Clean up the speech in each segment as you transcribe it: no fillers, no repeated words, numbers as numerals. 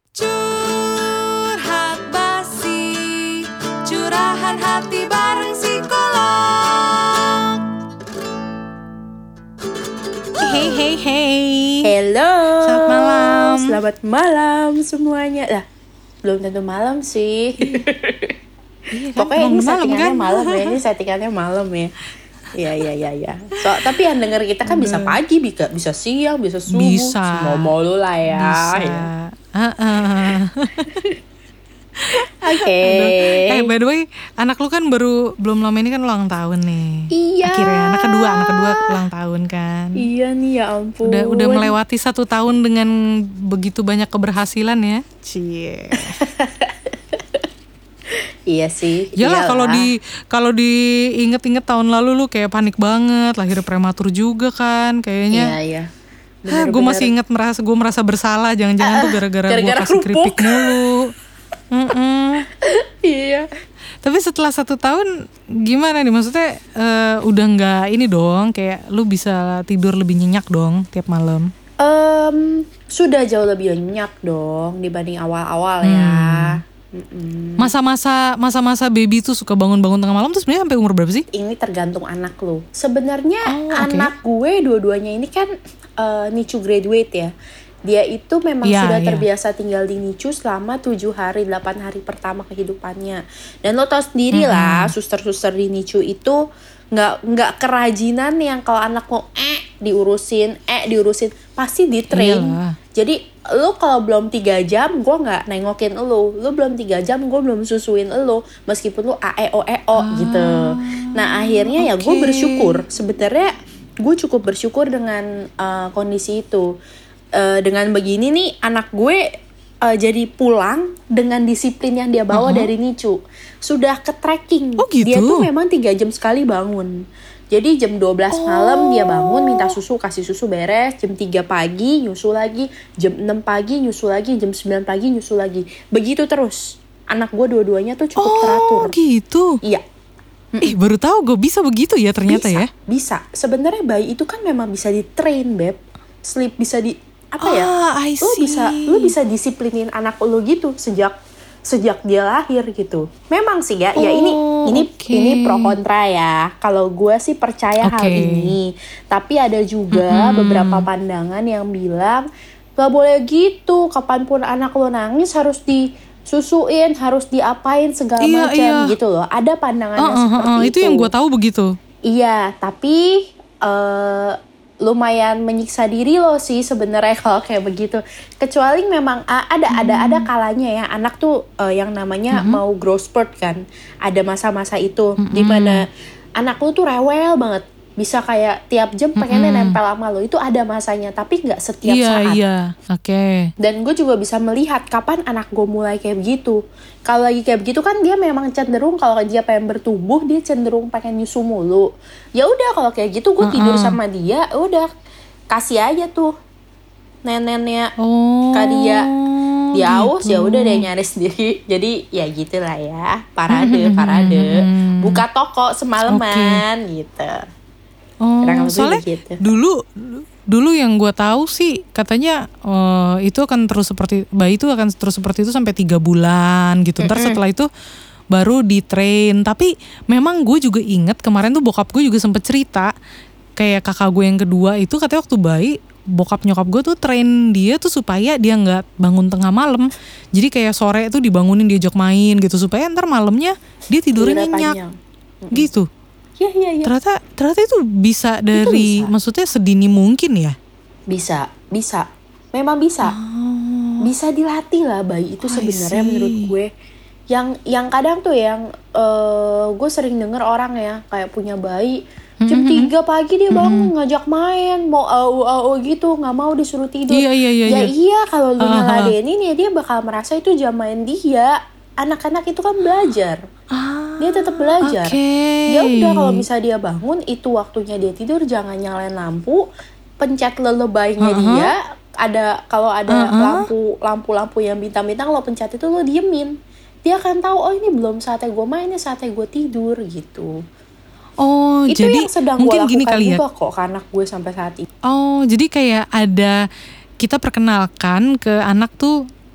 Curhat basi, curahan hati bareng psikolog. Hey. Hello. Selamat malam semuanya. Lah, belum tentu malam sih. Iya kan, Pokoknya ini settingannya kan? malam ya. Ini settingannya malam ya. Iya. Tapi yang denger kita kan bisa pagi, bisa siang, bisa subuh. Bisa. Semua mau lu lah ya. Bisa. Oke. By the way, anak lu kan belum lama ini kan ulang tahun nih. Iya. Akhirnya anak kedua ulang tahun kan. Iya nih, ya ampun. Udah melewati 1 tahun dengan begitu banyak keberhasilan ya. Cie. Iya sih. Iyalah kalau diinget-inget tahun lalu lu kayak panik banget, lahir prematur juga kan kayaknya. Iya. Gue masih inget gue merasa bersalah, jangan-jangan tuh gara-gara gue kasih keripik mulu. Iya. Tapi setelah 1 tahun gimana nih, maksudnya udah nggak ini dong, kayak lu bisa tidur lebih nyenyak dong tiap malam? Sudah jauh lebih nyenyak dong dibanding awal-awal ya. Masa-masa baby tuh suka bangun-bangun tengah malam tuh sebenarnya sampai umur berapa sih? Ini tergantung anak lu. Sebenarnya anak gue dua-duanya ini kan NICU graduate ya. Dia itu memang sudah terbiasa tinggal di NICU selama 7 hari, 8 hari pertama kehidupannya. Dan lo tau sendiri lah, suster-suster di NICU itu nggak kerajinan yang kalau anak mau diurusin pasti di-train. Iyalah. Jadi lo kalau belum 3 jam gue nggak nengokin lo belum 3 jam gue belum susuin lo, meskipun lo gitu. Nah akhirnya ya gue bersyukur, sebenarnya gue cukup bersyukur dengan kondisi itu. Dengan begini nih anak gue jadi pulang dengan disiplin yang dia bawa dari NICU. Sudah ke tracking. Oh gitu? Dia tuh memang 3 jam sekali bangun. Jadi jam 12 malam dia bangun, minta susu, kasih susu beres. Jam 3 pagi nyusu lagi. Jam 6 pagi nyusu lagi. Jam 9 pagi nyusu lagi. Begitu terus. Anak gue dua-duanya tuh cukup teratur. Oh gitu? Iya. Baru tahu gue bisa begitu ya ternyata. Bisa. Sebenarnya bayi itu kan memang bisa di-train, Beb. Sleep bisa lu bisa disiplinin anak lu gitu sejak dia lahir gitu. Memang sih ya, ini pro kontra ya. Kalau gue sih percaya hal ini, tapi ada juga beberapa pandangan yang bilang gak boleh gitu. Kapanpun anak lo nangis harus disusuin, harus diapain segala macam gitu loh. Ada pandangannya seperti itu. Itu yang gue tahu begitu. Iya, tapi lumayan menyiksa diri lo sih sebenarnya kalau kayak begitu. Kecuali memang ada kalanya ya anak tuh yang namanya mau growth spurt kan. Ada masa-masa itu dimana anak lo tuh rewel banget. Bisa kayak tiap jam pengennya nempel sama lo. Itu ada masanya, tapi gak setiap saat. Iya, oke. Dan gue juga bisa melihat kapan anak gue mulai kayak begitu. Kalau lagi kayak begitu kan dia memang cenderung, kalau dia pengen bertumbuh, dia cenderung pengen nyusu mulu. Ya udah kalau kayak gitu gue tidur sama dia, udah kasih aja tuh neneknya ke dia. Dia aus ya udah dia nyari sendiri. Jadi ya gitulah ya, parade. Buka toko semalaman gitu. Soalnya gitu. Dulu yang gue tahu sih katanya itu akan terus bayi itu akan terus seperti itu sampai 3 bulan gitu. Ntar setelah itu baru di-train. Tapi memang gue juga inget kemarin tuh bokap gue juga sempet cerita kayak kakak gue yang kedua itu katanya waktu bayi bokap nyokap gue tuh train dia tuh supaya dia nggak bangun tengah malam. Jadi kayak sore tuh dibangunin diajak main gitu supaya ntar malemnya dia tidurnya nyenyak gitu. Iya. Ternyata itu bisa dari, maksudnya sedini mungkin ya? Bisa. Memang bisa. Bisa dilatih lah bayi itu sebenarnya menurut gue. Yang kadang tuh gue sering denger orang ya kayak punya bayi jam 3 pagi dia bangun ngajak main, mau au gitu, nggak mau disuruh tidur. Iya kalau lu nyeladenin ya dia bakal merasa itu jam main dia. Anak-anak itu kan belajar. Dia tetap belajar. Ya udah kalau misalnya dia bangun itu waktunya dia tidur, jangan nyalain lampu, pencet lelebaynya dia. Kalau ada lampu yang bintang-bintang lo pencet itu lo diemin. Dia akan tahu oh ini belum saatnya gue main, ini saatnya gue tidur gitu. Oh, itu jadi yang sedang mungkin gue gini lakukan kali ya. juga kok ke anak gue sampai saat ini. Oh, jadi kayak ada kita perkenalkan ke anak tuh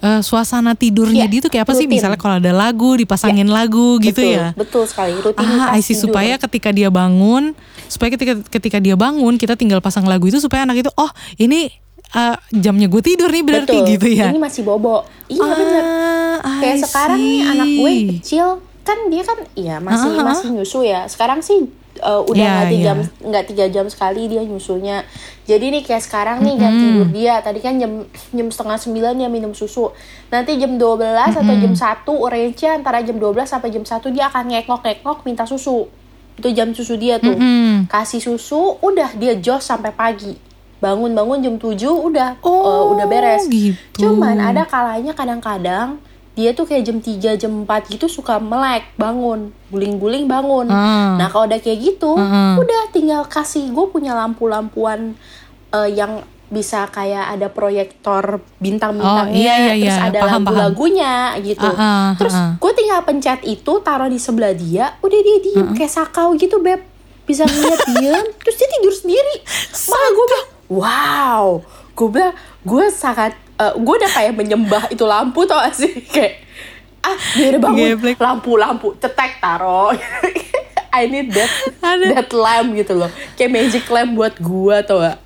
suasana tidurnya dia tuh kayak apa sih? Misalnya kalau ada lagu dipasangin lagu gitu ya. Betul sekali, rutinitas tidur. Supaya ketika dia bangun, ketika dia bangun kita tinggal pasang lagu itu supaya anak itu ini jamnya gue tidur nih berarti. Betul. Gitu ya. Ini masih bobo. Iya bener. Kayak sekarang nih anak gue kecil kan dia kan masih nyusu ya. Sekarang sih udah nggak 3 jam sekali dia nyusunya. Jadi nih kayak sekarang nih jam tidur dia tadi kan jam 8:30 dia minum susu. Nanti jam 12 atau jam 1 range antara jam 12 sampai jam 1 dia akan ngekok minta susu. Itu jam susu dia tuh. Kasih susu udah dia jos sampai pagi. Bangun jam 7 udah beres. Gitu. Cuman ada kalanya kadang-kadang dia tuh kayak jam 3, jam 4 gitu suka melek bangun, guling-guling bangun. Nah kalau udah kayak gitu, udah tinggal kasih, gue punya lampu-lampuan yang bisa kayak ada proyektor bintang-bintangnya, terus ada lagu-lagunya gitu. Terus gue tinggal pencet itu, taruh di sebelah dia, udah dia diem kayak sakau gitu beb, bisa ngeliat diem, terus dia tidur sendiri. Malah gue bilang, wow, gue bilang gue sangat gue udah kayak menyembah itu lampu tau gak sih, kayak dia udah bangun, lampu cetek taro. I need that lamp gitu loh, kayak magic lamp buat gue tau gak.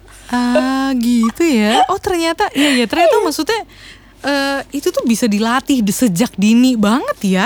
Gitu ya. Oh ternyata ternyata maksudnya itu tuh bisa dilatih sejak dini banget ya.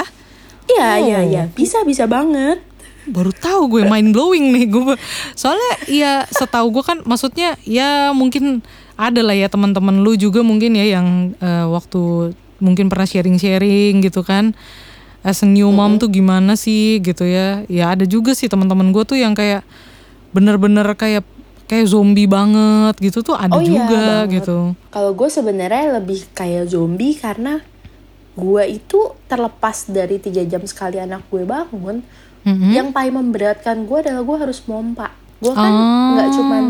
Iya bisa banget. Baru tahu gue, mind blowing nih gue. Soalnya ya setahu gue kan maksudnya ya mungkin ada lah ya teman-teman lu juga mungkin ya yang waktu mungkin pernah sharing gitu kan. As a new mom tuh gimana sih gitu ya. Ya ada juga sih teman-teman gue tuh yang kayak bener-bener kayak zombie banget gitu tuh ada juga gitu. Kalau gue sebenarnya lebih kayak zombie karena gue itu terlepas dari 3 jam sekali anak gue bangun. Yang paling memberatkan gue adalah gue harus mompa. Gue kan nggak cuman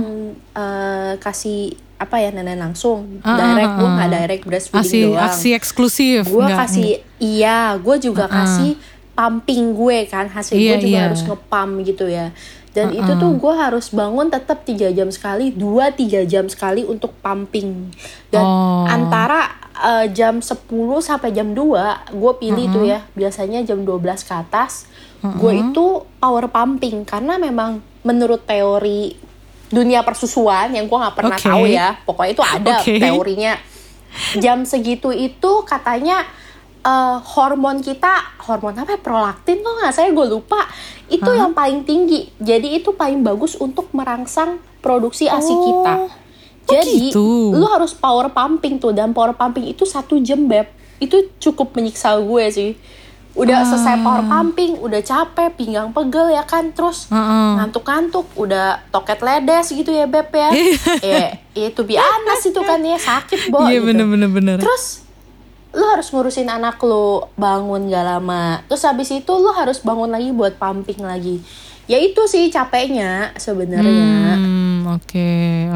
kasih nenek langsung direct, gue nggak direct breastfeeding doang. Aksi eksklusif. Gue kasih gue juga kasih pumping gue kan, hasil gue juga harus ngepump gitu ya. Dan itu tuh gue harus bangun tetap 3 jam sekali, 2-3 jam sekali untuk pumping. Dan antara jam 10 sampai jam 2 gue pilih tuh ya, biasanya jam 12 ke atas gue itu power pumping. Karena memang menurut teori dunia persusuan yang gue gak pernah tahu ya, pokoknya itu ada teorinya. Jam segitu itu katanya hormon prolaktin tuh nggak, gue lupa itu yang paling tinggi, jadi itu paling bagus untuk merangsang produksi ASI kita. Jadi gitu. Lu harus power pumping tuh, dan power pumping itu 1 jam beb, itu cukup menyiksa gue sih. Udah selesai power pumping, udah capek, pinggang pegel ya kan, terus ngantuk-ngantuk, udah toket ledes gitu ya beb ya. Itu biasa itu kan ya, sakit bo gitu. Bener. Terus lu harus ngurusin anak lu bangun gak lama, terus habis itu lu harus bangun lagi buat pumping lagi. Ya itu sih capeknya sebenarnya. Oke.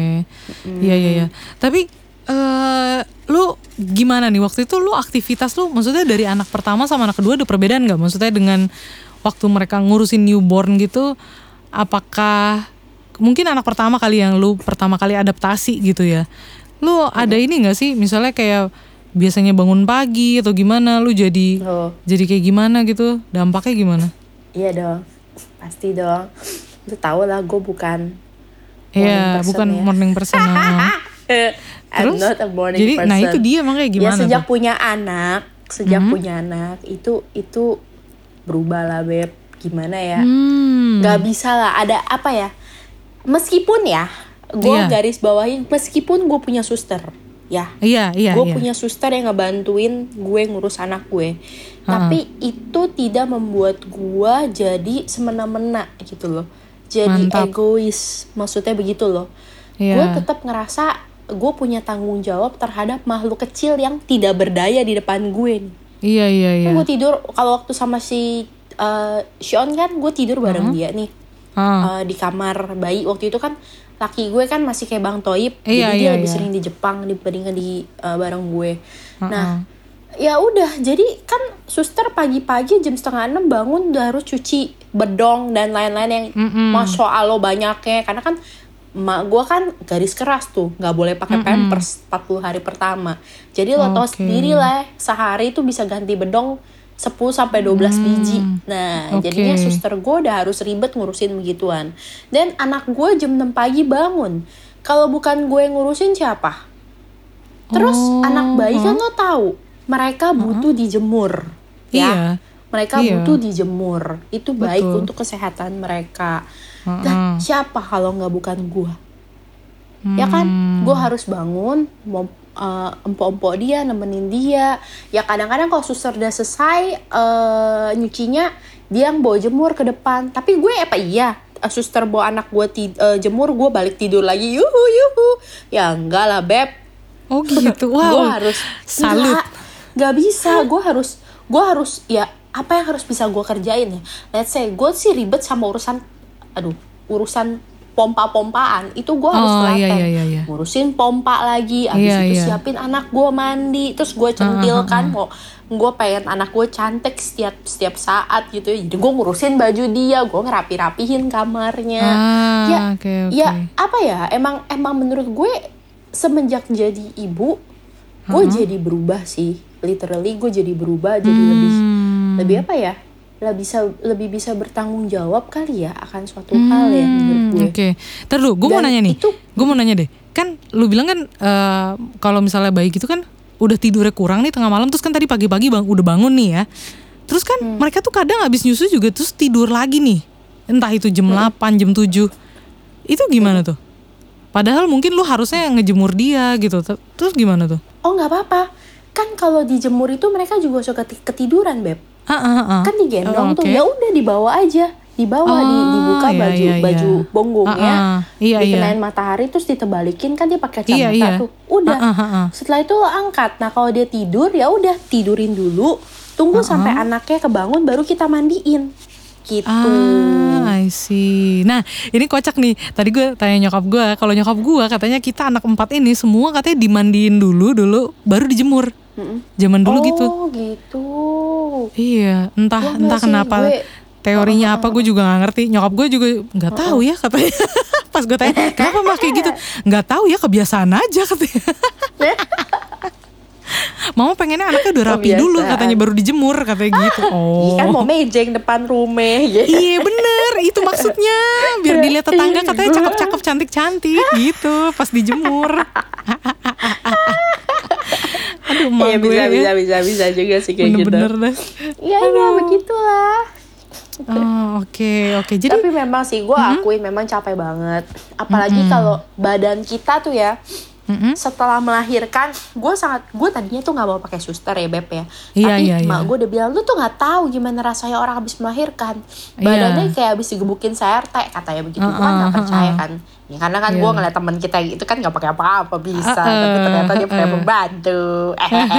Iya. Tapi lu gimana nih waktu itu, lu aktivitas lu maksudnya dari anak pertama sama anak kedua ada perbedaan gak? Maksudnya dengan waktu mereka ngurusin newborn gitu, apakah mungkin anak pertama kali yang lu pertama kali adaptasi gitu ya, lu ada ini gak sih misalnya kayak biasanya bangun pagi atau gimana, lu jadi kayak gimana gitu, dampaknya gimana? Iya dong, pasti dong. Lu tau lah gue bukan morning person. I'm not a morning jadi, person. Nah itu dia makanya gimana? Ya sejak punya anak itu berubah lah beb. Gimana ya? Gak bisa lah, ada apa ya? Meskipun ya, gue garis bawahin, meskipun gue punya suster. Gue punya suster yang ngebantuin gue ngurus anak gue. Tapi itu tidak membuat gue jadi semena-mena gitu loh. Jadi egois, maksudnya begitu loh. Gue tetap ngerasa gue punya tanggung jawab terhadap makhluk kecil yang tidak berdaya di depan gue. Iya. Gue tidur, kalau waktu sama si Sean kan gue tidur bareng dia nih. Di kamar bayi. Waktu itu kan laki gue kan masih kayak Bang Toib, jadi dia lebih sering di Jepang dibandingkan di bareng gue. Nah, ya udah, jadi kan suster pagi-pagi jam 5:30 bangun udah harus cuci bedong dan lain-lain yang masya Allah banyaknya, karena kan emak gue kan garis keras tuh, nggak boleh pakai pampers 40 hari pertama. Jadi lo tau sendiri lah, sehari tuh bisa ganti bedong 10-12 biji. Nah jadinya suster gue udah harus ribet ngurusin begituan. Dan anak gue jam 6 pagi bangun. Kalau bukan gue yang ngurusin siapa? Terus anak bayi kan lo tahu, mereka butuh dijemur. Ya, mereka butuh dijemur. Itu baik untuk kesehatan mereka. Dan siapa kalau nggak bukan gue? Ya kan, gue harus bangun, empok-empok dia, nemenin dia. Ya kadang-kadang kalau suster udah selesai nyucinya, dia yang bawa jemur ke depan. Tapi gue suster bawa anak gue jemur, gue balik tidur lagi, yuhu. Ya enggak lah beb. Oh gitu, wow. Gue harus salut. Gak bisa, gue harus ya apa yang harus bisa gue kerjain ya. Let's say gue sih ribet sama urusan pompa-pompaan itu gue harus telaten. Ngurusin pompa lagi, abis itu siapin anak gue mandi, terus gue centilkan mau gue pengen anak gue cantik setiap saat gitu. Jadi gue ngurusin baju dia, gue ngerapi-rapihin kamarnya. Ya apa ya, emang menurut gue semenjak jadi ibu gue jadi berubah sih, literally gue jadi berubah, jadi lebih apa ya, lebih bisa bertanggung jawab kali ya akan suatu hal ya menurut gue. Oke. Ntar dulu, gue mau nanya nih. Gue mau nanya deh. Kan lu bilang kan kalau misalnya bayi gitu kan udah tidurnya kurang nih tengah malam, terus kan tadi pagi-pagi udah bangun nih ya. Terus kan mereka tuh kadang habis nyusu juga terus tidur lagi nih. Entah itu jam 8, jam 7. Itu gimana tuh? Padahal mungkin lu harusnya ngejemur dia gitu. Terus gimana tuh? Oh nggak apa-apa. Kan kalau dijemur itu mereka juga suka ketiduran beb. Kan digendong tuh, ya udah dibawa aja, dibuka baju bonggongnya, dikenain matahari terus ditebalikin, kan dia pakai kacamata tuh, udah. Setelah itu lo angkat. Nah kalau dia tidur ya udah tidurin dulu, tunggu sampai anaknya kebangun baru kita mandiin. Gitu. I see. Nah ini kocak nih. Tadi gue tanya nyokap gue, kalau nyokap gue katanya kita anak 4 ini semua katanya dimandiin dulu baru dijemur. Zaman dulu gitu. Oh gitu. Iya, entah kenapa teorinya apa gue juga nggak ngerti. Nyokap gue juga nggak tahu ya katanya. Pas gue tanya kenapa mah kayak gitu, nggak tahu ya, kebiasaan aja katanya. Mama pengennya anaknya udah rapi dulu katanya baru dijemur katanya gitu. Iya kan mau mejeng depan rumah gitu. Iya bener, itu maksudnya biar dilihat tetangga katanya cakep-cakep cantik-cantik gitu pas dijemur. Aduh emak gue bisa juga sih kayak bener-bener gitu. Deh. Iya begitulah. Oke. Jadi tapi memang sih gue akuin memang capek banget. Apalagi kalau badan kita tuh ya. Setelah melahirkan, gue tadinya tuh nggak mau pakai suster ya beb ya. Tapi mak gue udah bilang lu tuh nggak tahu gimana rasanya orang habis melahirkan. Badannya kayak habis digebukin CRT katanya begitu. Gue kan nggak percaya kan. Ya, karena kan gue ngeliat teman kita gitu kan nggak pakai apa-apa bisa, tapi ternyata dia pakai pembantu.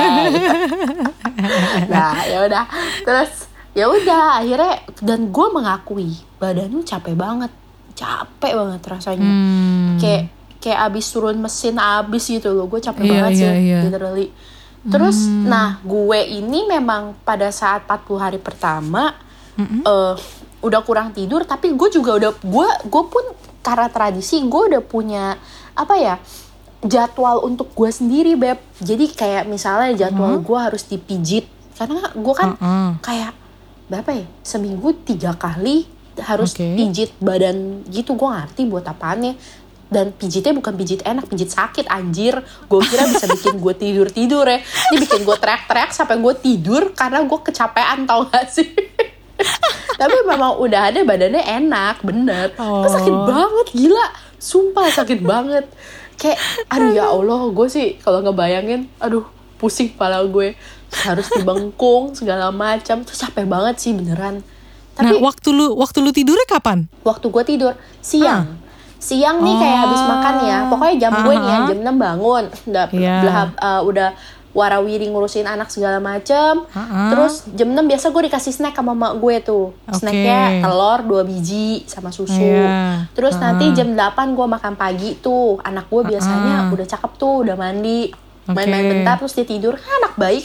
Nah ya udah, terus ya udah akhirnya, dan gue mengakui badan lu capek banget rasanya. Kayak abis turun mesin abis gitu loh, gue capek banget sih literally. Terus nah gue ini memang pada saat 40 hari pertama udah kurang tidur, tapi gue juga gue pun karena tradisi gue udah punya apa ya, jadwal untuk gue sendiri beb. Jadi kayak misalnya jadwal gue harus dipijit, karena gue kan kayak berapa ya, seminggu 3 kali harus pijit badan gitu. Gue ngerti buat apaan ya. Dan pijitnya bukan pijit enak, pijit sakit anjir. Gue kira bisa bikin gue tidur ya. Ini bikin gue teriak-teriak sampai gue tidur karena gue kecapean, tau gak sih? Tapi memang udah ada badannya enak, bener. Tapi sakit banget, gila. Sumpah sakit banget. Kayak aduh ya Allah, gue sih kalau ngebayangin aduh pusing kepala gue. Harus dibengkung segala macam. Terus capek banget sih beneran. Tapi nah, waktu lu tidurnya kapan? Waktu gue tidur siang. Siang nih kayak habis makan ya. Pokoknya jam gue nih ya, jam 6 bangun. Udah warawiri ngurusin anak segala macem. Terus jam 6 biasa gue dikasih snack sama mak gue tuh. Snacknya telur 2 biji sama susu. Terus nanti jam 8 gue makan pagi tuh. Anak gue biasanya udah cakep tuh, udah mandi. Main-main bentar terus dia tidur. Kan anak bayi kan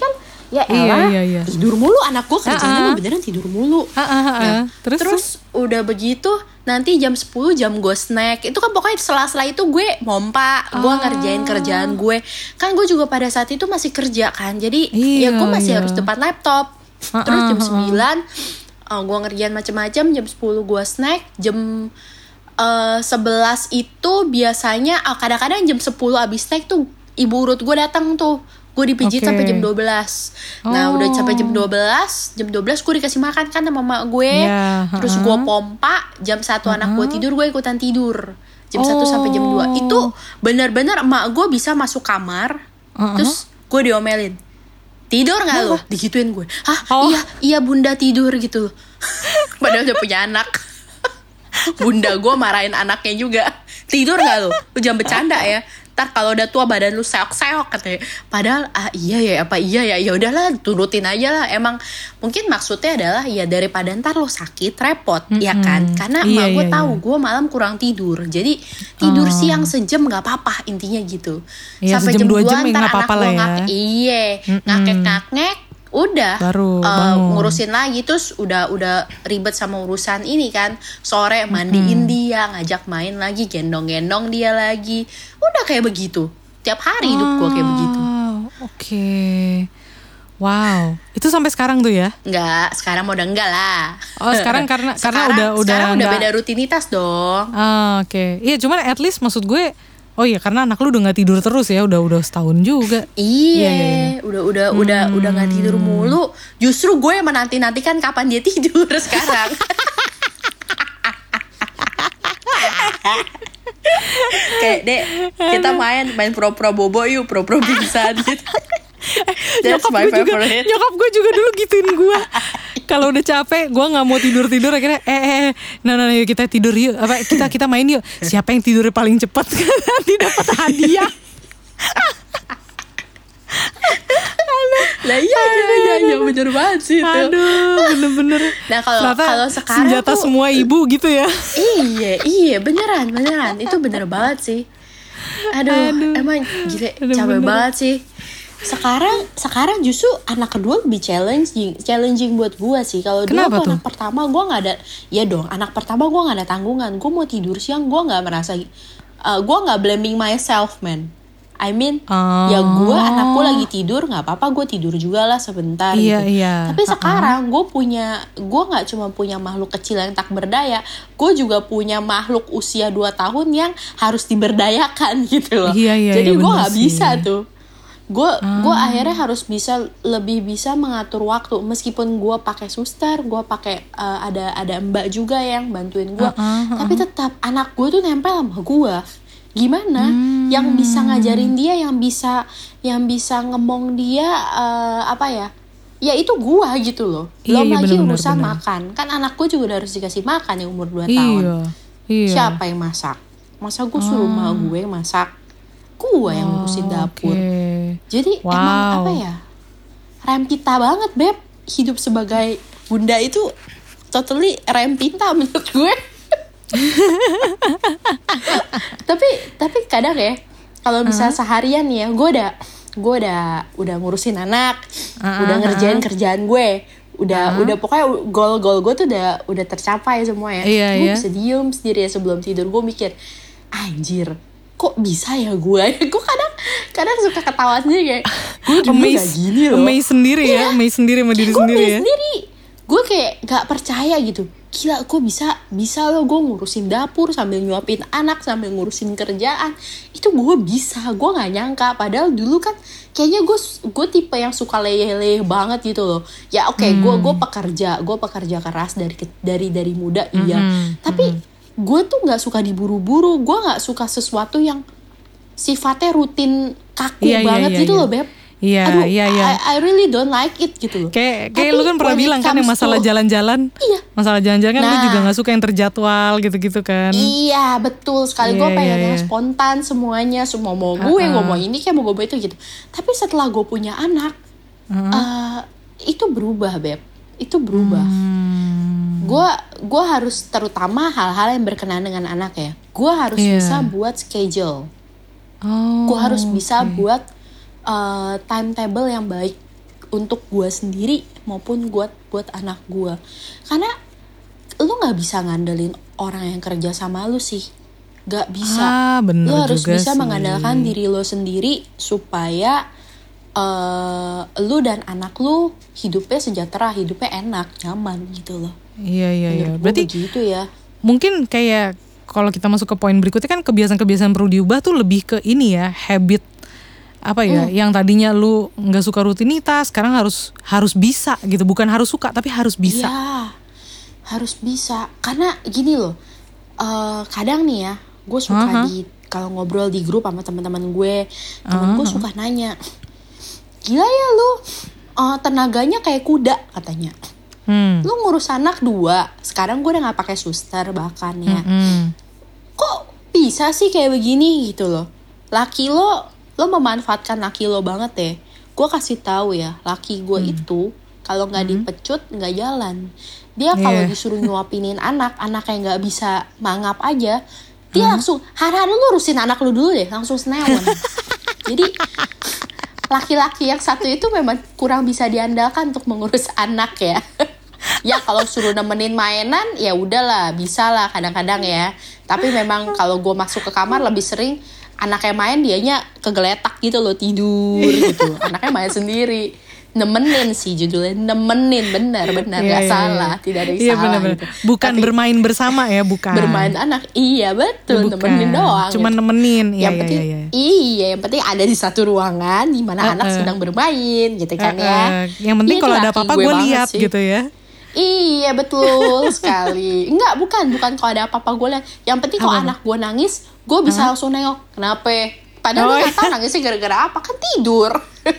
Ya elah, tidur mulu anak gue kerjanya beneran tidur mulu. Nah, terus udah begitu nanti jam 10 jam gue snack. Itu kan pokoknya sela-sela itu gue mompa, gue ngerjain kerjaan gue. Kan gue juga pada saat itu masih kerja kan. Jadi ya gue masih harus depan laptop. Terus jam 9 gue ngerjain macam-macam, jam 10 gue snack, jam 11 itu biasanya kadang-kadang jam 10 abis snack tuh ibu urut gue datang tuh. Gue dipijit sampai jam 12. Nah udah sampai jam 12 gue dikasih makan kan sama mak gue. Terus gue pompa, jam 1 anak gue tidur, gue ikutan tidur jam 1 sampai jam 2. Itu benar-benar emak gue bisa masuk kamar, terus gue diomelin, tidur gak lo? Digituin gue. Iya bunda tidur gitu. Padahal udah punya anak. Bunda gue marahin anaknya juga, tidur gak lo? Lu jangan bercanda ya, ntar kalau udah tua badan lu seok-seok katanya. Padahal iya ya udahlah turutin aja lah. Emang mungkin maksudnya adalah ya daripada ntar lo sakit repot, ya kan? Karena emak gue tahu gue malam kurang tidur, jadi tidur siang sejam nggak apa-apa intinya gitu. Sampai jam 2 ntar anak gue ngakek udah baru ngurusin lagi. Terus udah ribet sama urusan ini kan, sore mandiin dia, ngajak main lagi, gendong-gendong dia lagi. Udah kayak begitu tiap hari hidup gue kayak begitu. Wow, itu sampai sekarang tuh ya? Enggak, sekarang udah enggak lah. Sekarang karena udah sekarang udah beda rutinitas dong. Iya, cuman at least maksud gue, karena anak lu udah nggak tidur terus ya, udah setahun juga. Iya. Udah nggak tidur mulu. Justru gue yang menanti-nantikan kapan dia tidur sekarang. Kayak Dek, kita main pro-pro bobo yuk, pro-pro pingsan gitu. That's my favorite. Nyokap gue juga dulu gituin gue. Kalau udah capek, gue nggak mau tidur akhirnya nah yuk kita tidur yuk, kita main yuk. Siapa yang tidurnya paling cepat nanti dapat hadiah. Lah iya bener banget sih itu. Aduh, bener-bener. Nah kalau sekarang senjata tuh, semua ibu gitu ya. Iya beneran itu bener banget sih. Aduh. Emang gila, capek banget sih. Sekarang justru anak kedua lebih challenging buat gue sih. Kalau dulu anak pertama gue nggak ada, ya dong, anak pertama gue nggak ada tanggungan. Gue mau tidur siang gue nggak merasa, gue nggak blaming myself man. I mean, ya gue anakku lagi tidur nggak apa-apa, gue tidur juga lah sebentar gitu. Tapi sekarang gue nggak cuma punya makhluk kecil yang tak berdaya, gue juga punya makhluk usia 2 tahun yang harus diberdayakan gitu loh. Jadi gue nggak bisa tuh. Gue akhirnya harus lebih bisa mengatur waktu, meskipun gue pakai suster, gue pakai ada mbak juga yang bantuin gue, tapi tetap anak gue tuh nempel sama gue. Gimana yang bisa ngajarin dia, yang bisa ngemong dia, ya itu gue gitu loh. Belum lagi urusan makan, kan anak gue juga udah harus dikasih makan yang umur 2 tahun. Siapa yang masak? Masa gue suruh mak gue masak? Gue yang ngurusin dapur. Jadi emang rem pita banget beb. Hidup sebagai bunda itu totally rem pita menurut gue. tapi kadang ya, kalau misalnya seharian nih ya, gue udah ngurusin anak, udah ngerjain kerjaan gue, udah pokoknya goal gue tuh udah tercapai semua ya. Gue bisa diem sendiri ya sebelum tidur. Gue mikir, anjir, kok bisa ya gue? Gue kadang suka ketawa sendiri kayak, gue dulu gak gini loh. Amazed sendiri ya, amazed sendiri sama diri sendiri ya. Gue kayak gak percaya gitu. Gila, kok bisa lo gue ngurusin dapur sambil nyuapin anak, sambil ngurusin kerjaan. Itu gue bisa, gue gak nyangka. Padahal dulu kan kayaknya gue tipe yang suka leleh banget gitu loh. Ya oke, gue pekerja keras dari muda, iya. Tapi gue tuh gak suka diburu-buru. Gue gak suka sesuatu yang sifatnya rutin kaku banget gitu loh Beb. Iya. I really don't like it gitu loh. Kayak lu kan pernah bilang kan yang masalah jalan-jalan. Iya. Masalah jalan-jalan kan lu juga gak suka yang terjadwal gitu-gitu kan. Iya betul sekali. Gue pengen yang spontan semuanya. Semua mau gue mau ini kayak mau gue itu gitu. Tapi setelah gue punya anak, itu berubah Beb. Itu berubah. Gue harus, terutama hal-hal yang berkenaan dengan anak ya, gue harus bisa buat schedule. Gue harus bisa buat timetable yang baik untuk gue sendiri maupun buat anak gue. Karena lu nggak bisa ngandelin orang yang kerja sama lu sih, nggak bisa. Lu harus bisa mengandalkan diri lo sendiri supaya lu dan anak lu hidupnya sejahtera, hidupnya enak, nyaman gitu loh. Iya. Berarti gitu ya. Mungkin kayak kalau kita masuk ke poin berikutnya kan kebiasaan-kebiasaan perlu diubah tuh lebih ke ini ya, habit apa ya, yang tadinya lu nggak suka rutinitas, sekarang harus bisa gitu, bukan harus suka tapi harus bisa. Iya, harus bisa. Karena gini loh, kadang nih ya, gue suka kalau ngobrol di grup sama teman-teman gue, temen gue suka nanya, gila ya lu, tenaganya kayak kuda katanya. Lu ngurus anak 2, sekarang gue udah nggak pakai suster bahkan ya. Kok bisa sih kayak begini gitu loh. Laki lo memanfaatkan laki lo banget ya. Gue kasih tahu ya, laki gue itu kalau nggak dipecut nggak jalan. Dia kalau disuruh nyuapinin anak yang nggak bisa mangap aja, dia langsung hari-hari lu urusin anak lu dulu deh, langsung senewan. Jadi laki-laki yang satu itu memang kurang bisa diandalkan untuk mengurus anak ya. Ya kalau suruh nemenin mainan ya udahlah, bisa lah kadang-kadang ya. Tapi memang kalau gue masuk ke kamar lebih sering anaknya main, dianya kegeletak gitu loh, tidur gitu. Anaknya main sendiri. Nemenin sih judulnya, nemenin, benar gak salah, tidak ada yang salah gitu. Bukan tapi, bermain bersama ya, bukan. Bermain anak, iya betul, nemenin doang. Cuma gitu. Nemenin, yang penting, iya, yang penting ada di satu ruangan di mana anak sedang bermain gitu kan ya. Yang penting kalau ada apa-apa gue lihat gitu ya. Iya betul sekali. Bukan kalau ada apa-apa gue lihat. Yang penting kalau anak gue nangis, gue bisa langsung nengok. Kenapa? Padahal gue gak tahu nangisnya gara-gara apa, kan tidur.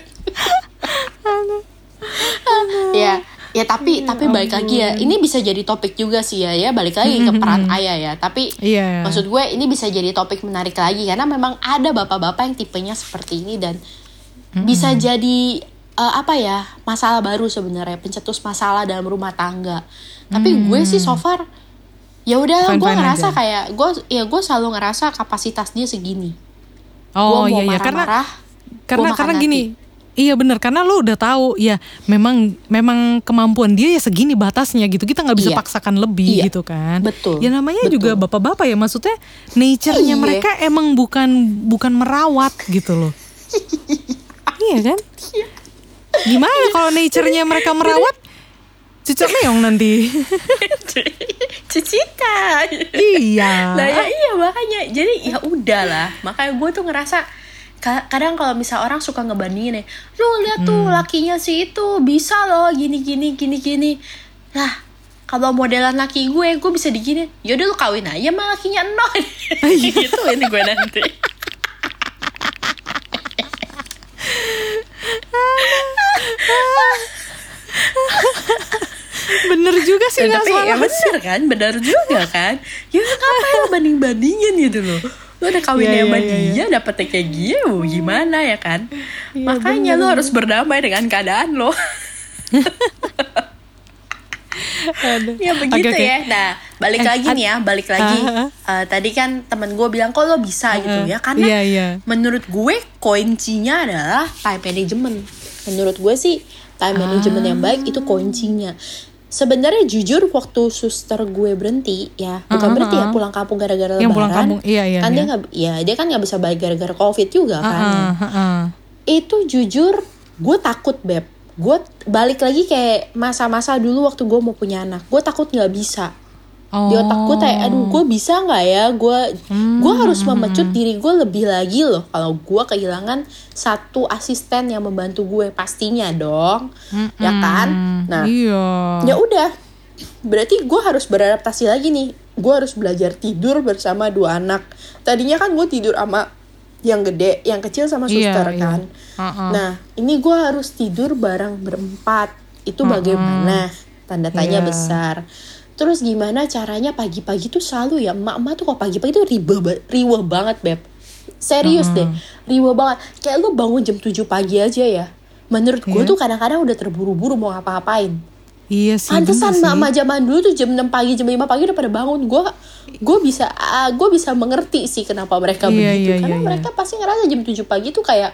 Ya tapi balik lagi ya, ini bisa jadi topik juga sih ya balik lagi ke peran ayah ya. Tapi maksud gue ini bisa jadi topik menarik lagi karena memang ada bapak-bapak yang tipenya seperti ini dan bisa jadi masalah baru sebenarnya, pencetus masalah dalam rumah tangga. Tapi gue sih so far ya udah, gue ngerasa aja. Kayak gue selalu ngerasa kapasitas dia segini. Oh iya marah-marah, karena gini. Iya benar, karena lu udah tahu ya memang kemampuan dia ya segini batasnya gitu. Kita nggak bisa paksakan lebih gitu kan. Betul. Ya namanya juga bapak-bapak ya, maksudnya nature-nya mereka emang bukan merawat gitu loh. Iya kan? Gimana kalau nature-nya mereka merawat? Cicak meong nanti. Cicitan. Iya. Nah ya iya makanya. Jadi ya udahlah. Makanya gue tuh ngerasa kadang kalau misal orang suka ngebandingin ya, lu lihat tuh lakinya si itu bisa loh gini. Nah kalau modelan laki gue bisa digini. Yaudah lu kawin aja sama lakinya gitu ini gue nanti. Bener juga sih, tapi ya bener kan. Ya ngapain lo banding-bandingin gitu loh. Lo udah kawinnya sama dia, dapetnya kayak gini, gimana ya kan? Makanya lo harus berdamai dengan keadaan lo. Ya begitu ya. Nah balik lagi nih ya, tadi kan temen gue bilang kok lo bisa gitu ya, karena menurut gue kuncinya adalah time management. Menurut gue sih time management yang baik itu kuncinya. Sebenarnya jujur waktu suster gue berhenti ya, bukan berhenti ya, pulang kampung gara-gara lebaran. Pulang kampung, iya. Dia kan nggak bisa balik gara-gara COVID juga kan. Itu jujur gue takut beb. Gue balik lagi kayak masa-masa dulu waktu gue mau punya anak. Gue takut nggak bisa. Di otak gue kayak aduh gue bisa nggak ya, gue harus memecut diri gue lebih lagi loh kalau gue kehilangan satu asisten yang membantu gue, pastinya dong ya kan. Nah ya udah berarti gue harus beradaptasi lagi nih. Gue harus belajar tidur bersama 2 anak. Tadinya kan gue tidur sama yang gede, yang kecil sama suster kan. Nah ini gue harus tidur bareng berempat. Itu bagaimana? Tanda tanya besar. Terus gimana caranya pagi-pagi tuh selalu ya, emak-emak tuh kok pagi-pagi tuh riweh banget beb. Serius deh, riweh banget. Kayak lu bangun jam 7 pagi aja ya. Menurut gue tuh kadang-kadang udah terburu-buru mau ngapa-ngapain. Iya sih. Pantesan emak-emak zaman dulu tuh jam 6 pagi, jam 5 pagi udah pada bangun. Gue bisa mengerti sih kenapa mereka begitu. Karena mereka pasti ngerasa jam 7 pagi tuh kayak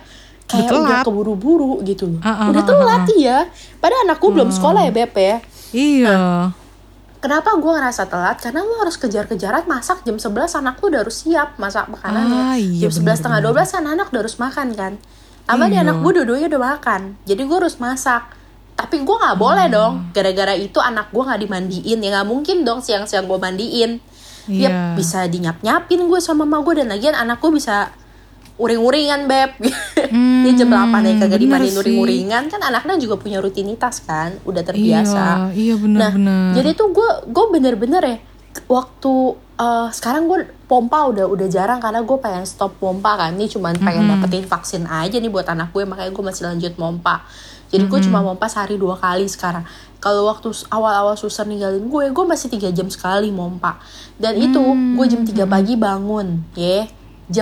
kayak udah keburu-buru gitu loh. Udah telat ya. Padahal anakku belum sekolah ya Beb ya. Iya. Nah, kenapa gue ngerasa telat? Karena lo harus kejar-kejaran masak jam 11 anak lo udah harus siap masak makanannya. Iya, jam 11 setengah 12 kan anak udah harus makan kan. Sama di anak gue dua-duanya udah makan. Jadi gue harus masak. Tapi gue gak boleh dong. Gara-gara itu anak gue gak dimandiin. Ya gak mungkin dong siang-siang gue mandiin. Ya bisa dinyap-nyapin gue sama mama gue. Dan lagian anak gue bisa uring-uringan Beb. Dia jam 8 ya kagak dimandiin uring-uringan. Kan anaknya juga punya rutinitas kan. Udah terbiasa. Iya benar-benar. Nah jadi tuh gue bener-bener ya. Waktu sekarang gue pompa udah jarang. Karena gue pengen stop pompa kan. Ini cuman pengen dapetin vaksin aja nih buat anak gue. Makanya gue masih lanjut pompa. Jadi gue cuma pompa sehari 2 kali sekarang. Kalau waktu awal-awal suster ninggalin gue masih 3 jam sekali pompa. Dan itu gue jam 3 pagi bangun, ya. Jam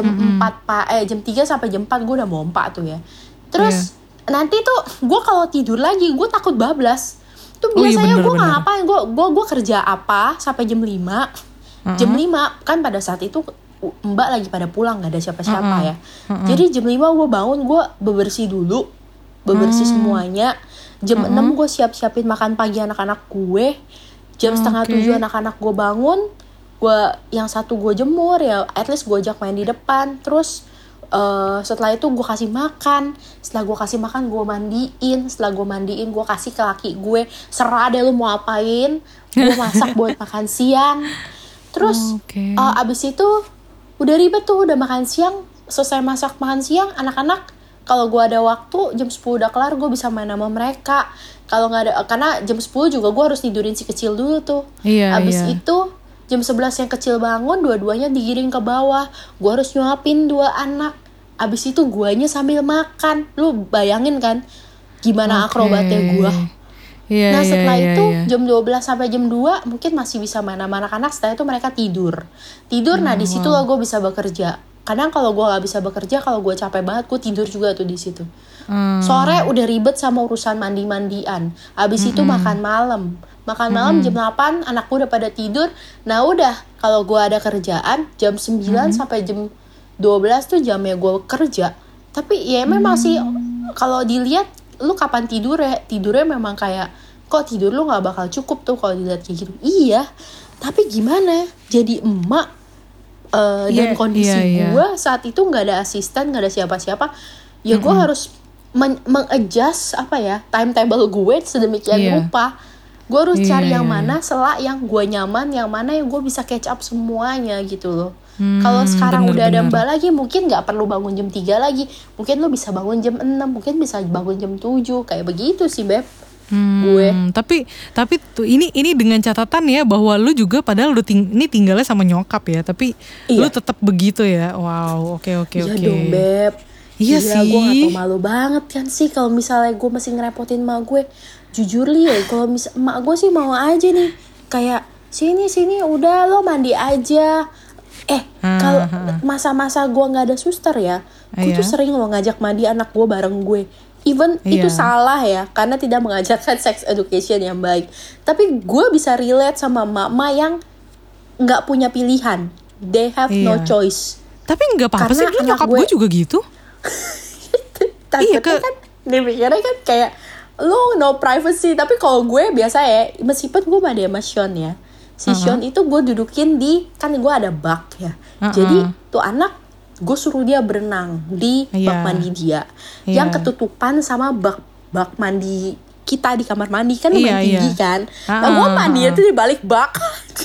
4 jam 3 sampai jam 4 gue udah pompa tuh ya. Terus nanti tuh gue kalau tidur lagi gue takut bablas. Tuh biasanya gue ngapain? Gue kerja apa sampai jam 5. Jam 5 kan pada saat itu mbak lagi pada pulang, gak ada siapa-siapa ya. Jadi jam 5 gue bangun, gue bebersih dulu. Bebersih semuanya. Jam 6 gue siap-siapin makan pagi anak-anak gue. Jam setengah 7 anak-anak gue bangun. Yang satu gue jemur ya, at least gue ajak main di depan. Terus setelah itu gue kasih makan. Setelah gue kasih makan gue mandiin. Setelah gue mandiin gue kasih ke laki gue. Serah deh lu mau apain. Gue masak buat makan siang. Terus abis itu udah ribet tuh, udah makan siang. Selesai makan siang, anak-anak kalau gue ada waktu jam 10 udah kelar, gue bisa main sama mereka. Kalau nggak ada, karena jam 10 juga gue harus tidurin si kecil dulu tuh. Abis itu jam 11 yang kecil bangun, dua-duanya digiring ke bawah. Gue harus nyuapin 2 anak. Abis itu guanya sambil makan. Lu bayangin kan gimana akrobatnya gue. Nah setelah itu jam 12 sampai jam 2 mungkin masih bisa main sama anak-anak. Setelah itu mereka tidur. Nah di situ lah gue bisa bekerja. Kadang kalau gue nggak bisa bekerja, kalau gue capek banget, gue tidur juga tuh di situ. Sore udah ribet sama urusan mandi-mandian. Abis itu makan malam jam 8, anak gue udah pada tidur. Nah udah, kalau gue ada kerjaan jam 9 sampai jam 12 tuh jamnya gue kerja. Tapi ya memang sih, kalau dilihat, lu kapan tidur ya? Tidurnya memang kayak, kok tidur lu nggak bakal cukup tuh kalau dilihat kayak gitu. Iya, tapi gimana? Jadi emak. Dan kondisi gue saat itu nggak ada asisten, nggak ada siapa-siapa, ya gue harus mengadjust timetable gue sedemikian rupa. Gue harus cari yang mana selak yang gue nyaman, yang mana yang gue bisa catch up semuanya gitu loh. Kalau sekarang udah ada mbak lagi, mungkin nggak perlu bangun jam 3 lagi, mungkin lo bisa bangun jam 6, mungkin bisa bangun jam 7, kayak begitu sih Beb. Gue. Tapi tuh ini dengan catatan ya bahwa lu juga padahal lu ini tinggalnya sama nyokap ya, tapi lu tetap begitu ya. Wow, oke. Iya dong Beb. Iya sih. Gue gak tau, malu banget kan sih kalau misalnya gue masih ngerepotin emak gue. Jujur li ya, kalau emak gue sih mau aja nih, kayak sini udah lo mandi aja. Kalau masa-masa gue nggak ada suster ya, gue tuh sering lo ngajak mandi anak gue bareng gue. Even itu salah ya, karena tidak mengajarkan sex education yang baik. Tapi gue bisa relate sama mama yang nggak punya pilihan. They have no choice. Tapi nggak apa-apa sih, dulu nyokap gue juga gitu. Takutnya kan, dia mikirnya kan kayak, lu no privacy. Tapi kalau gue biasa ya, meskipun gue mandi sama Sean ya. Si Sean itu gue dudukin di, kan gue ada bak ya. Jadi tuh anak, gue suruh dia berenang di bak mandi dia yang ketutupan sama bak mandi kita di kamar mandi kan lumayan tinggi kan. Nah gue mandi tuh di balik bak.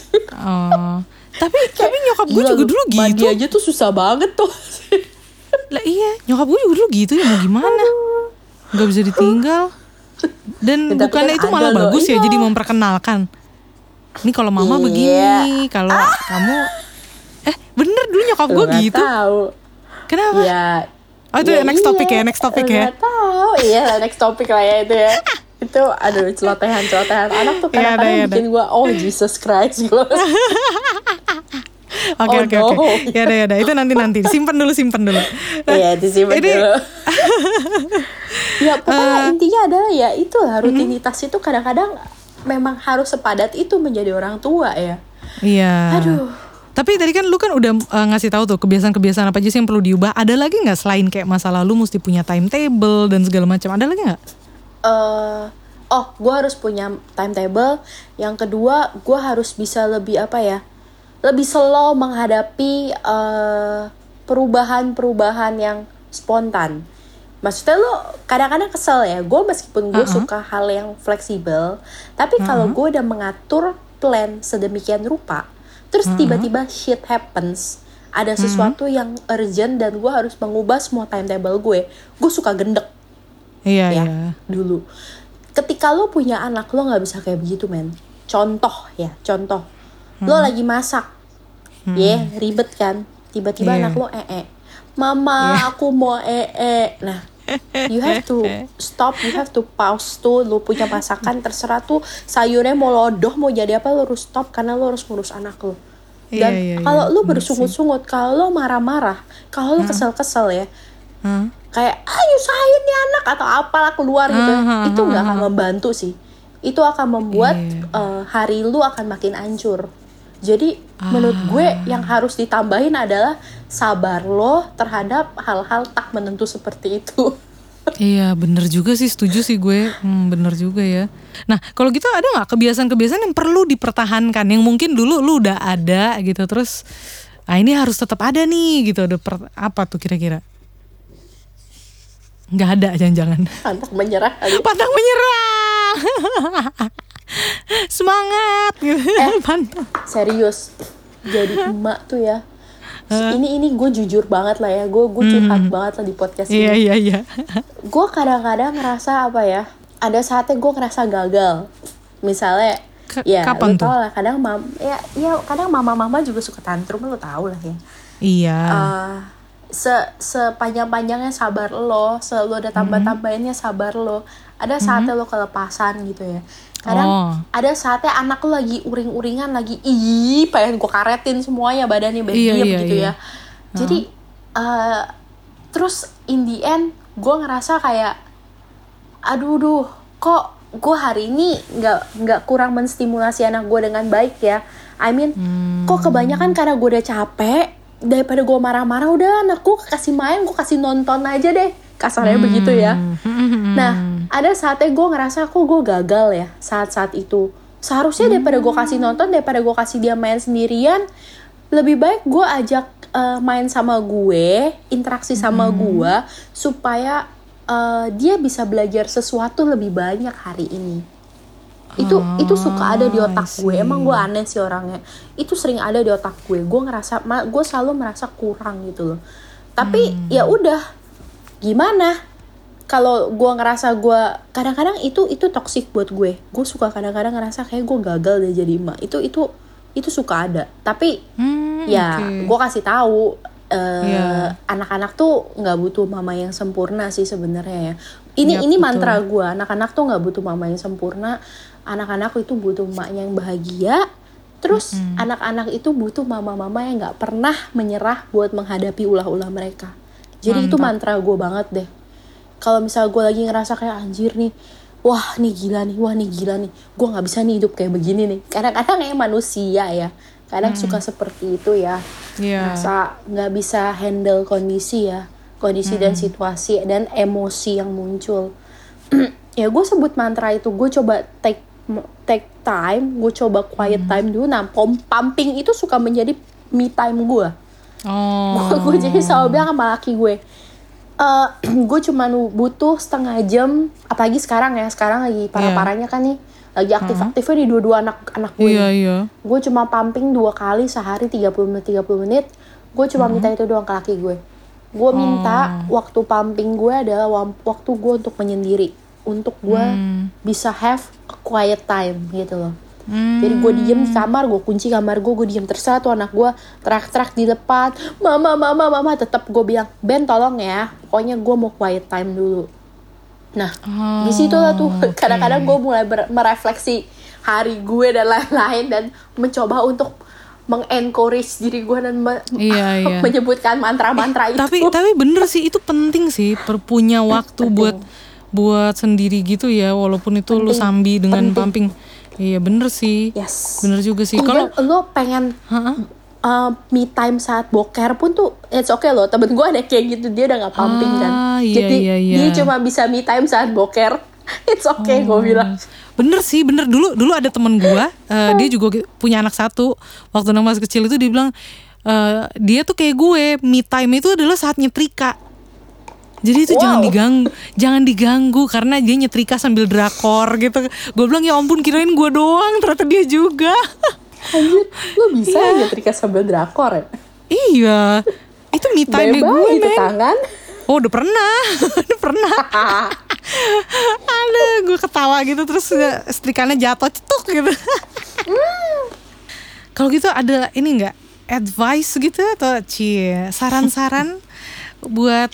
Tapi nyokap gue juga dulu gitu. Mandi aja tuh susah banget tuh. Lah iya, nyokap gue juga dulu gitu ya, mau gimana? Gak bisa ditinggal. Dan bukannya itu malah bagus ya, jadi memperkenalkan. Ini kalau mama begini, kalau kamu bener dulu nyokap gue gitu. Tahu. Kenapa? Ya. Oh itu next topic ya. Gak tahu. Iya, next topic lah ya itu ya. Itu aduh celotehan anak tuh kadang-kadang bikin gue Jesus Christ gue. Oke. Ya udah. Itu nanti simpen dulu. Iya, disimpan dulu. Ya pokoknya intinya adalah ya itulah rutinitas itu kadang-kadang memang harus sepadat itu menjadi orang tua ya. Iya. Aduh. Tapi tadi kan lu kan udah ngasih tahu tuh kebiasaan-kebiasaan apa aja sih yang perlu diubah. Ada lagi nggak selain kayak masa lalu mesti punya timetable dan segala macam? Ada lagi nggak? Gue harus punya timetable. Yang kedua, gue harus bisa lebih lebih slow menghadapi perubahan-perubahan yang spontan. Maksudnya lo kadang-kadang kesel ya. Gue meskipun gue suka hal yang fleksibel, tapi kalau gue udah mengatur plan sedemikian rupa, terus tiba-tiba shit happens, ada sesuatu yang urgent dan gue harus mengubah semua timetable gue suka gendek. Iya. Dulu ketika lo punya anak, lo gak bisa kayak begitu, men. Contoh lo lagi masak, ribet kan, tiba-tiba anak lo mama aku mau nah, you have to stop, you have to pause tuh. Lo punya masakan, terserah tuh sayurnya mau lodoh mau jadi apa, lo harus stop karena lo harus ngurus anak lo. Dan kalau lo bersungut-sungut, kalau lo marah-marah, kalau lo kesel-kesel ya, kayak ayo sayang nih anak atau apalah keluar gitu, itu nggak akan membantu sih. Itu akan membuat hari lu akan makin hancur. Jadi menurut gue yang harus ditambahin adalah sabar lo terhadap hal-hal tak menentu seperti itu. Iya bener juga sih, setuju sih gue. Bener juga ya. Nah kalau gitu ada gak kebiasaan-kebiasaan yang perlu dipertahankan, yang mungkin dulu lu udah ada gitu, terus ini harus tetap ada nih gitu. Apa tuh kira-kira? Gak ada jangan-jangan. Pantang menyerah. Semangat gitu. Serius, jadi emak tuh ya. Ini gue jujur banget lah ya, gue curhat banget lah di podcast ini. Iya. Gue kadang-kadang ngerasa ada saatnya gue ngerasa gagal. Misalnya, kapan lo tau lah, kadang kadang mama-mama juga suka tantrum, lo tau lah ya. Iya. Sepanjang-panjangnya sabar lo, selalu ada tambah-tambahinnya sabar lo. Ada saatnya lo kelepasan gitu ya. Kadang ada saatnya anak lo lagi uring-uringan, lagi pengen gue karetin semuanya badannya diam gitu ya. Jadi terus in the end gue ngerasa kayak aduh kok gue hari ini nggak kurang menstimulasi anak gue dengan baik ya. I mean kok kebanyakan karena gue udah capek, daripada gue marah-marah, udah anakku kasih main, gue kasih nonton aja deh, kasarnya begitu ya. Nah ada saatnya gue ngerasa kok gue gagal ya saat-saat itu. Seharusnya daripada gue kasih nonton, daripada gue kasih dia main sendirian, lebih baik gue ajak main sama gue, interaksi sama gue, supaya dia bisa belajar sesuatu lebih banyak hari ini. Itu suka ada di otak gue. Emang gue aneh sih orangnya. Itu sering ada di otak gue. Gue selalu merasa kurang gitu loh. Tapi ya udah, gimana? Kalau gue ngerasa gue kadang-kadang itu toksik buat gue. Gue suka kadang-kadang ngerasa kayak gue gagal deh jadi emak. Itu suka ada. Tapi gue kasih tahu anak-anak tuh nggak butuh mama yang sempurna sih sebenarnya ya. Ini mantra gue. Anak-anak tuh nggak butuh mama yang sempurna. Anak-anak itu butuh emaknya yang bahagia. Terus anak-anak itu butuh mama-mama yang gak pernah menyerah buat menghadapi ulah-ulah mereka. Jadi itu mantra gue banget deh. Kalau misal gue lagi ngerasa kayak anjir nih, wah nih gila nih, gue gak bisa nih hidup kayak begini nih. Kadang-kadang kayak manusia ya, kadang suka seperti itu ya. Rasa gak bisa handle kondisi dan situasi dan emosi yang muncul. Ya gue sebut mantra itu, gue coba take time, gue coba quiet time dulu. Nah pumping itu suka menjadi me time gue. Gue jadi selalu bilang sama laki gue, gue cuma butuh setengah jam. Apalagi sekarang lagi parah-parahnya kan nih, lagi aktif-aktifnya di dua-dua anak gue. Gue cuma pumping 2 kali sehari 30 menit. Gue cuma minta itu doang ke laki gue. Gue minta waktu pumping gue adalah waktu gue untuk menyendiri, untuk gue bisa have a quiet time gitu loh. Jadi gue diem di kamar, gue kunci kamar gue diem. Terserah tuh anak gue teriak-teriak di depan, mama, tetap gue bilang, Ben tolong ya, pokoknya gue mau quiet time dulu. Nah di situ lah tuh kadang-kadang gue mulai merefleksi hari gue dan lain-lain, dan mencoba untuk mengencourage diri gue dan menyebutkan mantra-mantra itu. Tapi bener sih, itu penting sih, punya waktu buat sendiri gitu ya, walaupun itu lu sambi dengan pumping. Iya bener sih. Yes. Bener juga sih. Kalau lo pengen me time saat boker pun tuh it's okay loh. Temen gue ada kayak gitu, dia udah nggak pumping kan, jadi dia cuma bisa me time saat boker. It's okay, gue bilang. Bener sih, bener. Dulu ada temen gue, dia juga punya anak 1. Waktu anak masih kecil itu dia bilang dia tuh kayak gue, me time itu adalah saat nyetrika. Jadi itu jangan diganggu karena dia nyetrika sambil drakor gitu. Gue bilang ya ampun, kirain gue doang, ternyata dia juga. Anjir, lo bisa nyetrika sambil drakor ya? Iya, itu me time gue, itu tangan. Oh udah pernah. Aduh, gue ketawa gitu terus setrikannya jatuh cetuk gitu. Kalau gitu ada ini nggak advice gitu atau saran-saran buat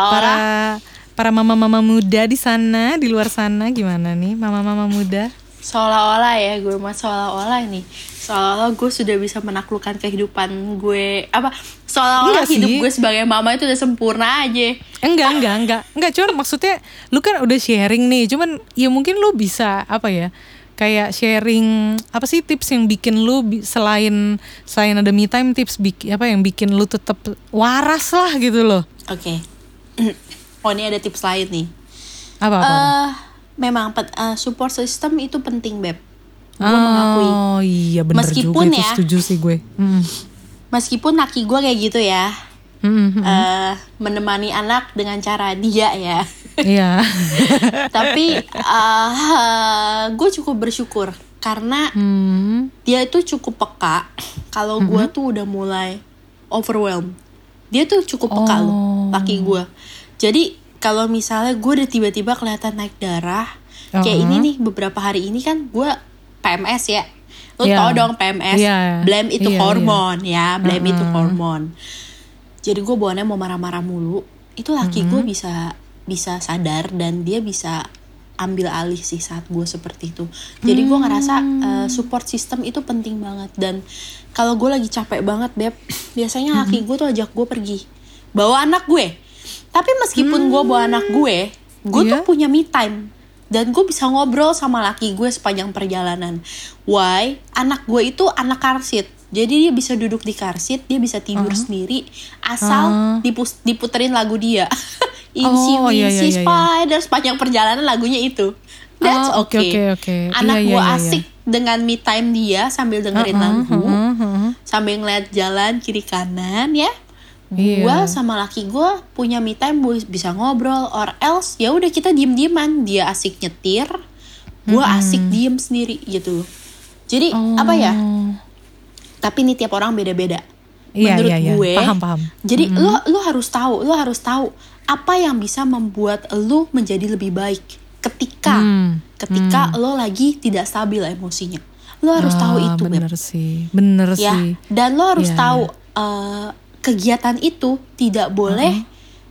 para mama-mama muda di sana, di luar sana, gimana nih mama-mama muda? Seolah-olah ya, gue mah seolah-olah nih. Seolah-olah gue sudah bisa menaklukkan kehidupan gue. Seolah-olah hidup gue sebagai mama itu udah sempurna aja. Enggak. Cuman maksudnya lu kan udah sharing nih. Cuman ya mungkin lu bisa kayak sharing apa sih tips yang bikin lu selain ada me time, tips yang bikin lu tetap waras lah gitu loh. Oke. Oh, ini ada tips lain nih. Apa? Memang support system itu penting, Beb. Gue mengakui. Oh iya, bener meskipun juga, itu setuju sih gue. Meskipun laki gue kayak gitu ya, menemani anak dengan cara dia ya. Iya. Tapi gue cukup bersyukur karena dia tuh cukup peka. Kalau gue tuh udah mulai overwhelmed, dia tuh cukup peka loh, laki gue. Jadi kalau misalnya gue udah tiba-tiba kelihatan naik darah, kayak ini nih beberapa hari ini kan gue PMS ya. Lo tau dong PMS, blame itu hormon ya, blame itu hormon. Jadi gue bawaannya mau marah-marah mulu. Itu laki gue bisa sadar dan dia bisa ambil alih sih saat gue seperti itu. Jadi gue ngerasa support system itu penting banget. Dan kalau gue lagi capek banget, Beb, biasanya laki gue tuh ajak gue pergi, bawa anak gue. Tapi meskipun gue bawa anak gue tuh punya me time. Dan gue bisa ngobrol sama laki gue sepanjang perjalanan. Why? Anak gue itu anak car seat. Jadi dia bisa duduk di car seat, dia bisa tidur sendiri asal diputerin lagu dia. Insi Spider sepanjang perjalanan lagunya itu. That's okay. Anak gue asik dengan me time dia sambil dengerin lagu, sambil ngeliat jalan kiri kanan ya. Gue sama laki gue punya me time, bisa ngobrol, or else ya udah kita diem-dieman, dia asik nyetir, gue asik diem sendiri gitu. Jadi apa ya? Tapi ini tiap orang beda-beda. Menurut gue, paham. Jadi lu harus tahu apa yang bisa membuat lu menjadi lebih baik ketika lo lagi tidak stabil emosinya. Lu harus tahu itu, bener sih. Dan lo harus tahu kegiatan itu tidak boleh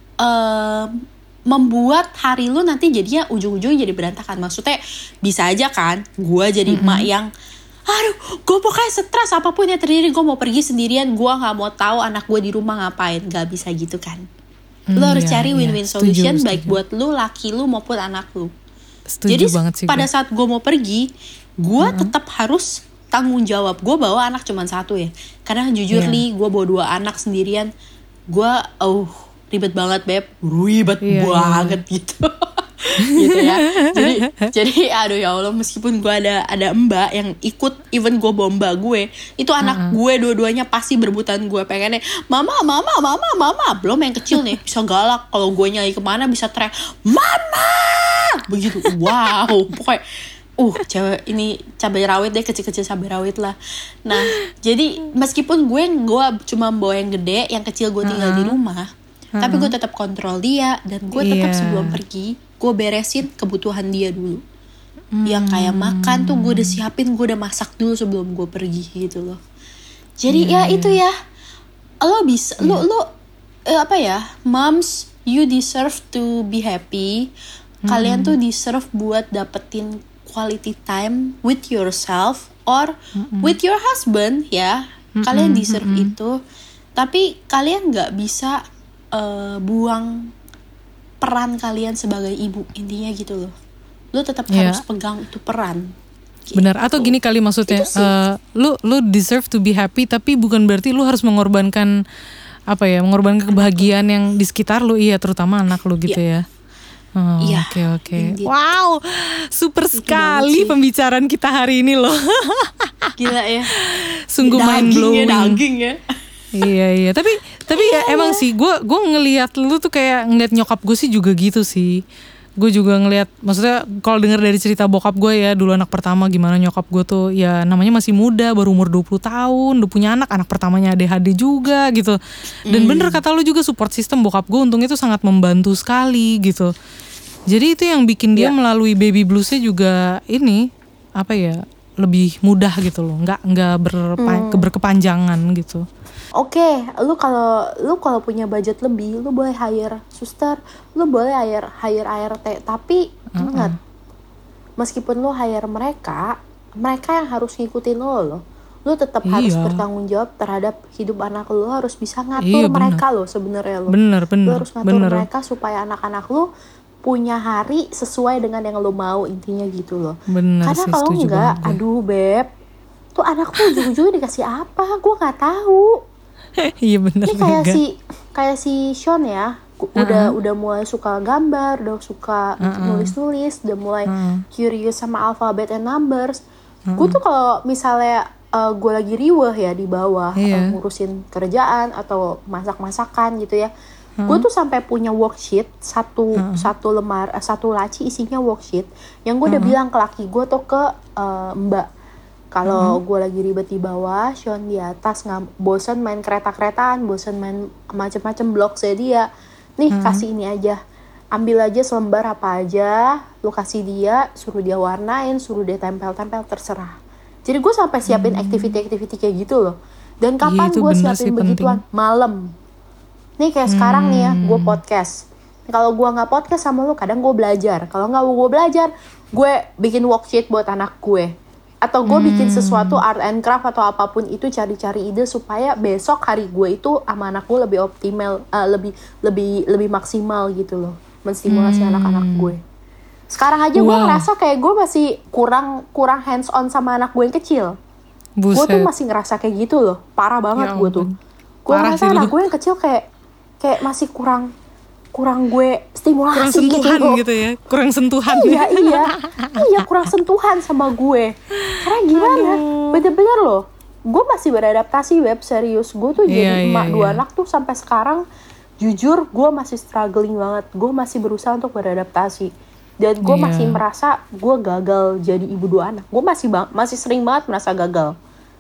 membuat hari lu nanti jadinya ujung-ujungnya jadi berantakan. Maksudnya bisa aja kan gue jadi emak yang aduh gue pokoknya stres apapun yang terjadi gue mau pergi sendirian, gue gak mau tahu anak gue di rumah ngapain. Gak bisa gitu kan. Lu harus cari win-win solution, baik buat lu, laki lu maupun anak lu. Jadi pada saat gue mau pergi, gue tetap harus tanggung jawab. Gue bawa anak cuma 1 ya. Karena jujur nih, gue bawa 2 anak sendirian. Gue ribet banget, Beb. Ribet banget gitu. Gitu ya. Jadi aduh ya Allah, meskipun gue ada mbak yang ikut, even gue bawa mbak gue, itu anak gue dua-duanya pasti berebutan gue pengennya mama. Belum yang kecil nih bisa galak, kalau gue nyari kemana bisa teriak mama begitu. Wow, pokoknya cewek ini cabai rawit deh, kecil-kecil cabai rawit lah. Nah, jadi meskipun gue cuma bawa yang gede, yang kecil gue tinggal di rumah, tapi gue tetap kontrol dia, dan gue tetap sebelum pergi gue beresin kebutuhan dia dulu. Yang kayak makan tuh gue udah siapin, gue udah masak dulu sebelum gue pergi gitu loh. Jadi itu ya, lo bisa lo apa ya, moms, you deserve to be happy. Kalian tuh deserve buat dapetin quality time with yourself or with your husband ya. Kalian deserve itu. Tapi kalian gak bisa buang peran kalian sebagai ibu, intinya gitu loh. Lo tetap harus pegang itu peran. Gitu. Benar, atau gini kali maksudnya, lu deserve to be happy, tapi bukan berarti lu harus mengorbankan mengorbankan kebahagiaan yang di sekitar lu, terutama anak lu gitu ya. Oke. Wow, super sekali pembicaraan kita hari ini loh. Gila ya. Sungguh mind blowing. Daging ya. Iya. Tapi ya emang sih, gue ngelihat lu tuh kayak ngeliat nyokap gue sih juga gitu sih. Gue juga ngelihat, maksudnya kalau dengar dari cerita bokap gue ya, dulu anak pertama gimana nyokap gue tuh ya namanya masih muda, baru umur 20 tahun, udah punya anak pertamanya ADHD juga gitu. Dan bener kata lu juga, support system bokap gue untungnya tuh sangat membantu sekali gitu. Jadi itu yang bikin dia melalui baby bluesnya juga ini lebih mudah gitu loh, nggak berkepanjangan gitu. Oke, lu kalau punya budget lebih, lu boleh hire suster, lu boleh hire ART, tapi ingat, meskipun lu hire mereka yang harus ngikutin lo loh. Lu tetap harus bertanggung jawab terhadap hidup anak lu harus bisa ngatur mereka lo sebenarnya lo. Bener. Lu harus ngatur mereka supaya anak-anak lu punya hari sesuai dengan yang lu mau, intinya gitu loh. Bener. Karena kalau enggak, aduh beb, tuh anak lu ujung-ujungnya dikasih apa? Gue nggak tahu. Iya benar. Ini kayak si Sean ya, udah mulai suka gambar, udah suka nulis-nulis, udah mulai curious sama alphabet and numbers. Gue tuh kalau misalnya gue lagi riweh ya di bawah, ngurusin kerjaan atau masak-masakan gitu ya, gue tuh sampai punya worksheet satu lembar, satu laci isinya worksheet yang gue udah bilang ke laki gue tuh ke Mbak. Kalau gue lagi ribet di bawah, Sean di atas, bosan main kereta-keretaan, bosan main macam-macam blog saya dia. Nih kasih ini aja, ambil aja selembar apa aja, lu kasih dia, suruh dia warnain, suruh dia tempel-tempel, terserah. Jadi gue sampai siapin activity kayak gitu loh. Dan kapan gue siapin begituan? Malam. Nih kayak sekarang nih ya, gue podcast. Kalau gue nggak podcast sama lu, kadang gue belajar. Kalau nggak gue belajar, gue bikin worksheet buat anak gue. Atau gue bikin sesuatu art and craft atau apapun itu, cari-cari ide supaya besok hari gue itu sama anak gue lebih optimal, lebih maksimal gitu loh, menstimulasi anak-anak gue. Sekarang aja gue ngerasa kayak gue masih kurang hands on sama anak gue yang kecil. Gue tuh masih ngerasa kayak gitu loh, parah banget gue tuh. Gue ngerasa anak gue yang kecil kayak masih kurang gue stimulasi gitu ya, kurang sentuhan. Iya kurang sentuhan sama gue. Karena gimana, bener-bener loh, gue masih beradaptasi web serius. Gue tuh jadi emak 2 anak tuh sampai sekarang, jujur gue masih struggling banget. Gue masih berusaha untuk beradaptasi. Dan gue masih merasa gue gagal jadi ibu 2 anak. Gue masih sering banget merasa gagal.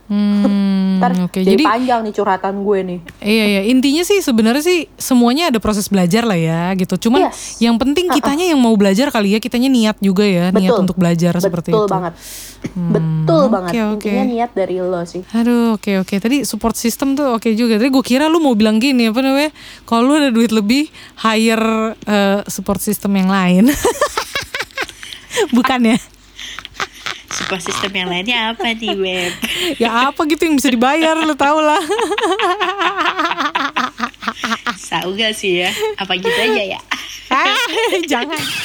Jadi panjang nih curhatan gue nih. Iya, intinya sih sebenarnya sih semuanya ada proses belajar lah ya gitu. Cuman yang penting kitanya yang mau belajar kali ya, kitanya niat juga ya. Betul. Niat untuk belajar seperti itu. Betul banget. Intinya niat dari lo sih. Aduh, oke. Tadi support system tuh oke juga. Tadi gue kira lu mau bilang gini, apa namanya, kalau lu ada duit lebih, hire support system yang lain. Bukan ya? Support system yang lainnya apa nih, Web? Ya apa gitu yang bisa dibayar, lo tau lah. Tahu gak sih ya? Apa gitu aja ya? Jangan.